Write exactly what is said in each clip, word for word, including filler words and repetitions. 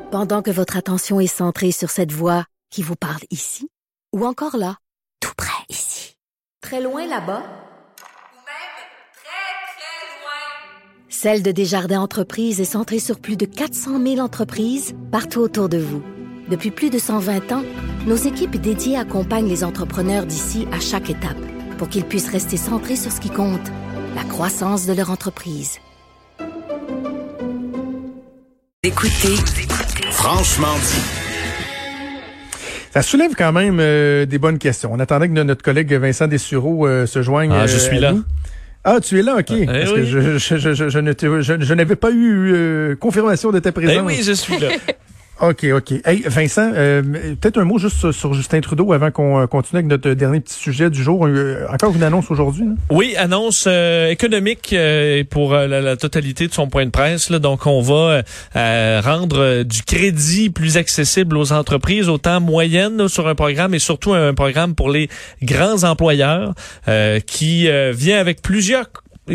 Pendant que votre attention est centrée sur cette voix qui vous parle ici, ou encore là, tout près ici, très loin là-bas, ou même très, très loin, Celle de Desjardins Entreprises est centrée sur plus de quatre cent mille entreprises partout autour de vous. Depuis plus de cent vingt ans, nos équipes dédiées accompagnent les entrepreneurs d'ici à chaque étape pour qu'ils puissent rester centrés sur ce qui compte, la croissance de leur entreprise. Écoutez, Franchement dit. Ça soulève quand même euh, des bonnes questions. On attendait que notre collègue Vincent Dessureau euh, se joigne. Ah, je suis là. Nous. Ah, tu es là, OK. Eh Parce oui. que je, je, je, je, je, ne te- je, je n'avais pas eu euh, confirmation de ta présence. Eh oui, je suis là. OK, OK. Hey, Vincent, euh, peut-être un mot juste sur, sur Justin Trudeau avant qu'on euh, continue avec notre dernier petit sujet du jour. Euh, encore une annonce aujourd'hui, là? Oui, annonce euh, économique euh, pour euh, la, la totalité de son point de presse. Là. Donc, on va euh, rendre euh, du crédit plus accessible aux entreprises, autant moyennes là, sur un programme et surtout un programme pour les grands employeurs euh, qui euh, vient avec plusieurs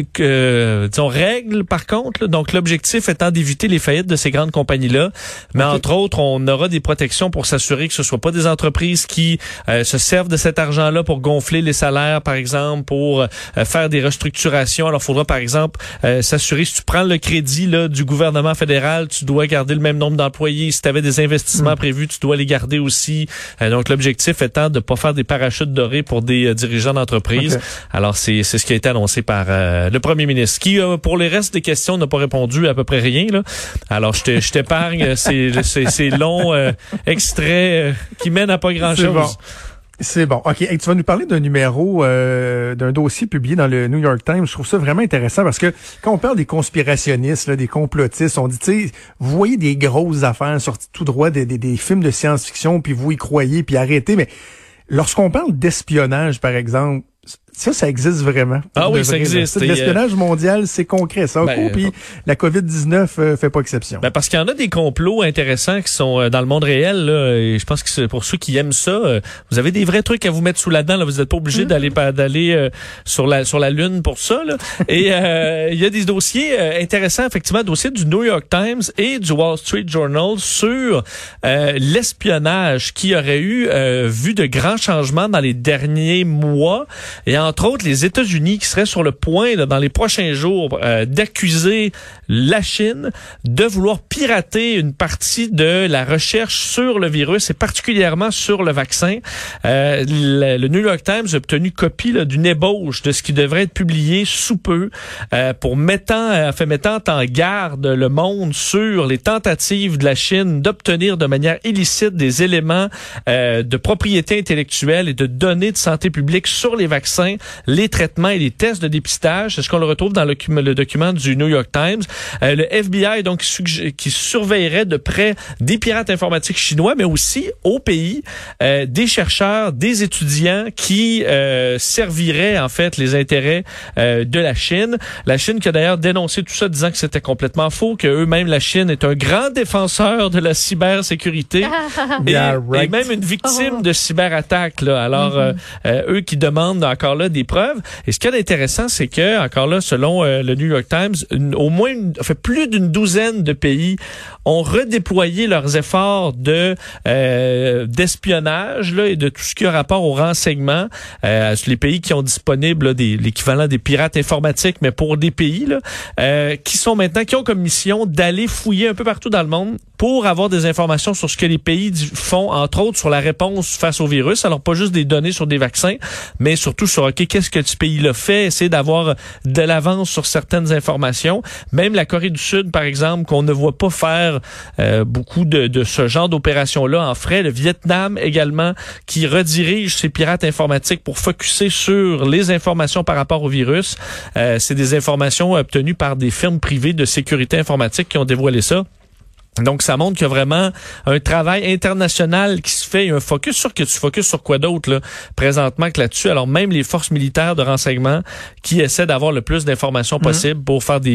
que disons règles par contre là. Donc l'objectif étant d'éviter les faillites de ces grandes compagnies là, mais okay. Entre autres on aura des protections pour s'assurer que ce soit pas des entreprises qui euh, se servent de cet argent là pour gonfler les salaires par exemple, pour euh, faire des restructurations. Alors il faudra par exemple euh, s'assurer, si tu prends le crédit là du gouvernement fédéral, tu dois garder le même nombre d'employés. Si tu avais des investissements mmh. prévus, tu dois les garder aussi. Euh, donc l'objectif étant de pas faire des parachutes dorés pour des euh, dirigeants d'entreprise. Okay. Alors c'est c'est ce qui a été annoncé par euh, le premier ministre, qui, euh, pour les restes des questions, n'a pas répondu à peu près rien. Là. Alors, je, te, je t'épargne ces, ces, ces longs euh, extraits euh, qui mènent à pas grand-chose. C'est bon. C'est bon. OK. Hey, tu vas nous parler d'un numéro, euh, d'un dossier publié dans le New York Times. Je trouve ça vraiment intéressant parce que quand on parle des conspirationnistes, là, des complotistes, on dit, tu sais, vous voyez des grosses affaires sorties tout droit des, des, des films de science-fiction, puis vous y croyez, puis arrêtez. Mais lorsqu'on parle d'espionnage, par exemple, ça, ça existe vraiment. Ah oui, vrai, ça existe. L'espionnage mondial, c'est concret. Ça ben, puis la covid dix-neuf euh, fait pas exception. Ben parce qu'il y en a des complots intéressants qui sont euh, dans le monde réel. Là, et je pense que c'est pour ceux qui aiment ça, euh, vous avez des vrais trucs à vous mettre sous la dent. Là, vous n'êtes pas obligé mmh. d'aller d'aller euh, sur la sur la lune pour ça. Là. Et euh, il y a des dossiers euh, intéressants, effectivement, dossiers du New York Times et du Wall Street Journal sur euh, l'espionnage qui aurait eu euh, vu de grands changements dans les derniers mois. Et entre autres, les États-Unis qui seraient sur le point, là, dans les prochains jours, euh, d'accuser la Chine de vouloir pirater une partie de la recherche sur le virus et particulièrement sur le vaccin. Euh, le, le New York Times a obtenu copie là, d'une ébauche de ce qui devrait être publié sous peu euh, pour mettant, euh, fait mettant en garde le monde sur les tentatives de la Chine d'obtenir de manière illicite des éléments euh, de propriété intellectuelle et de données de santé publique sur les vaccins, les traitements et les tests de dépistage. C'est ce qu'on le retrouve dans le, le document du New York Times. Euh, le F B I, donc, qui, qui surveillerait de près des pirates informatiques chinois, mais aussi au pays, euh, des chercheurs, des étudiants qui euh, serviraient, en fait, les intérêts euh, de la Chine. La Chine qui a d'ailleurs dénoncé tout ça, disant que c'était complètement faux, que eux-mêmes, la Chine est un grand défenseur de la cybersécurité et, yeah, right. et même une victime oh. de cyberattaques. Là. Alors, mm-hmm. euh, eux qui demandent encore là des preuves. Et ce qui est intéressant, c'est que, encore là, selon euh, le New York Times, une, au moins une, fait plus d'une douzaine de pays ont redéployé leurs efforts de euh, d'espionnage là, et de tout ce qui a rapport au renseignement. Euh, les pays qui ont disponible là, des, l'équivalent des pirates informatiques, mais pour des pays là, euh, qui sont maintenant, qui ont comme mission d'aller fouiller un peu partout dans le monde pour avoir des informations sur ce que les pays font, entre autres sur la réponse face au virus. Alors, pas juste des données sur des vaccins, mais surtout sur, OK, qu'est-ce que ce pays-là fait, essayer d'avoir de l'avance sur certaines informations. Même la Corée du Sud, par exemple, qu'on ne voit pas faire euh, beaucoup de, de ce genre d'opérations-là en frais. Le Vietnam également, qui redirige ses pirates informatiques pour focusser sur les informations par rapport au virus. Euh, c'est des informations obtenues par des firmes privées de sécurité informatique qui ont dévoilé ça. Donc, ça montre qu'il y a vraiment un travail international qui se fait, un focus sur que tu focuses sur quoi d'autre, là, présentement que là-dessus. Alors, même les forces militaires de renseignement qui essaient d'avoir le plus d'informations possible mmh. pour faire des,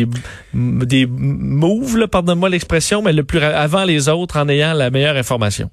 des moves, là, pardonne-moi l'expression, mais le plus avant les autres en ayant la meilleure information.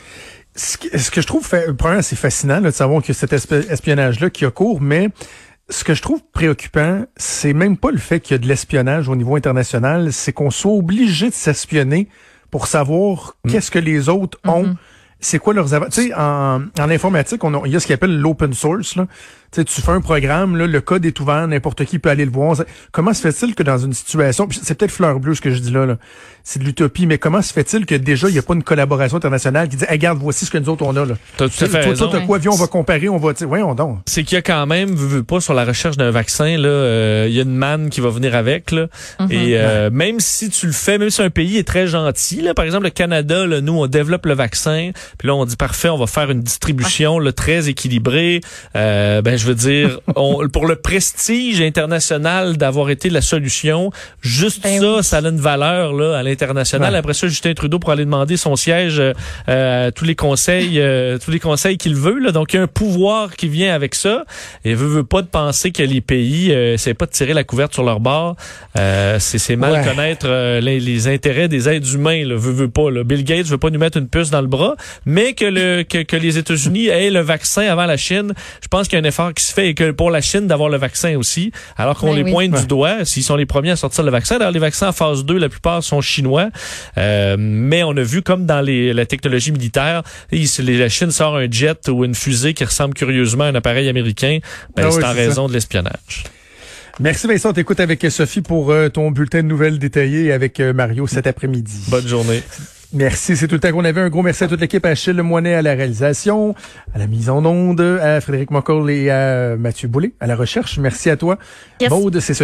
Ce que, ce que je trouve, fait, premièrement, c'est fascinant, là, de savoir que cet espionnage-là qui a cours, mais ce que je trouve préoccupant, c'est même pas le fait qu'il y a de l'espionnage au niveau international, c'est qu'on soit obligé de s'espionner pour savoir mm. qu'est-ce que les autres ont. Mm-hmm. C'est quoi leurs avantages? Tu sais, en, en informatique, on a, il y a ce qu'on appelle l'open source, là. Tu sais, tu fais un programme, là, le code est ouvert, n'importe qui peut aller le voir. Comment se fait-il que dans une situation, c'est peut-être fleur bleue ce que je dis là, là. C'est de l'utopie, mais comment se fait-il que déjà il n'y a pas une collaboration internationale qui dit, hey, regarde, voici ce que nous autres on a là. T'as tout à fait raison. Toi, t'as quoi? Viens, on va comparer, on va dire, voyons donc. C'est qu'il y a quand même, veux, veux pas, sur la recherche d'un vaccin, là, euh, il y a une manne qui va venir avec, là. Mm-hmm. Et euh, ouais. même si tu le fais, même si un pays est très gentil, là, par exemple le Canada, là, nous on développe le vaccin, puis là on dit parfait, on va faire une distribution là, très équilibrée. Euh, ben je veux dire. On, pour le prestige international d'avoir été la solution, juste ben ça, oui. ça a une valeur là à l'international. Ouais. Après ça, Justin Trudeau pour aller demander son siège euh, à tous les conseils, euh, tous les conseils qu'il veut. Là. Donc il y a un pouvoir qui vient avec ça. Et veut veut pas de penser que les pays, euh, c'est pas de tirer la couverte sur leur bord. Euh, c'est, c'est mal ouais. connaître euh, les, les intérêts des êtres humains. Là. Veut veut pas. Là. Bill Gates veut pas nous mettre une puce dans le bras, mais que le que, que les États-Unis aient le vaccin avant la Chine. Je pense qu'il y a un effort qui se fait et que pour la Chine d'avoir le vaccin aussi, alors qu'on ben les oui. pointe ouais. du doigt, s'ils sont les premiers à sortir le vaccin. D'ailleurs, les vaccins en phase deux, la plupart sont chinois, euh, mais on a vu comme dans les, la technologie militaire, la Chine sort un jet ou une fusée qui ressemble curieusement à un appareil américain, ben, ah c'est oui, en c'est raison ça. de l'espionnage. Merci Vincent, on t'écoute avec Sophie pour euh, ton bulletin de nouvelles détaillé avec euh, Mario cet après-midi. Bonne journée. Merci, c'est tout le temps qu'on avait. Un gros merci à toute l'équipe, à Achille Moinet à la réalisation, à la mise en onde, à Frédéric Moncol et à Mathieu Boulay à la recherche. Merci à toi. Yes. Maude, c'est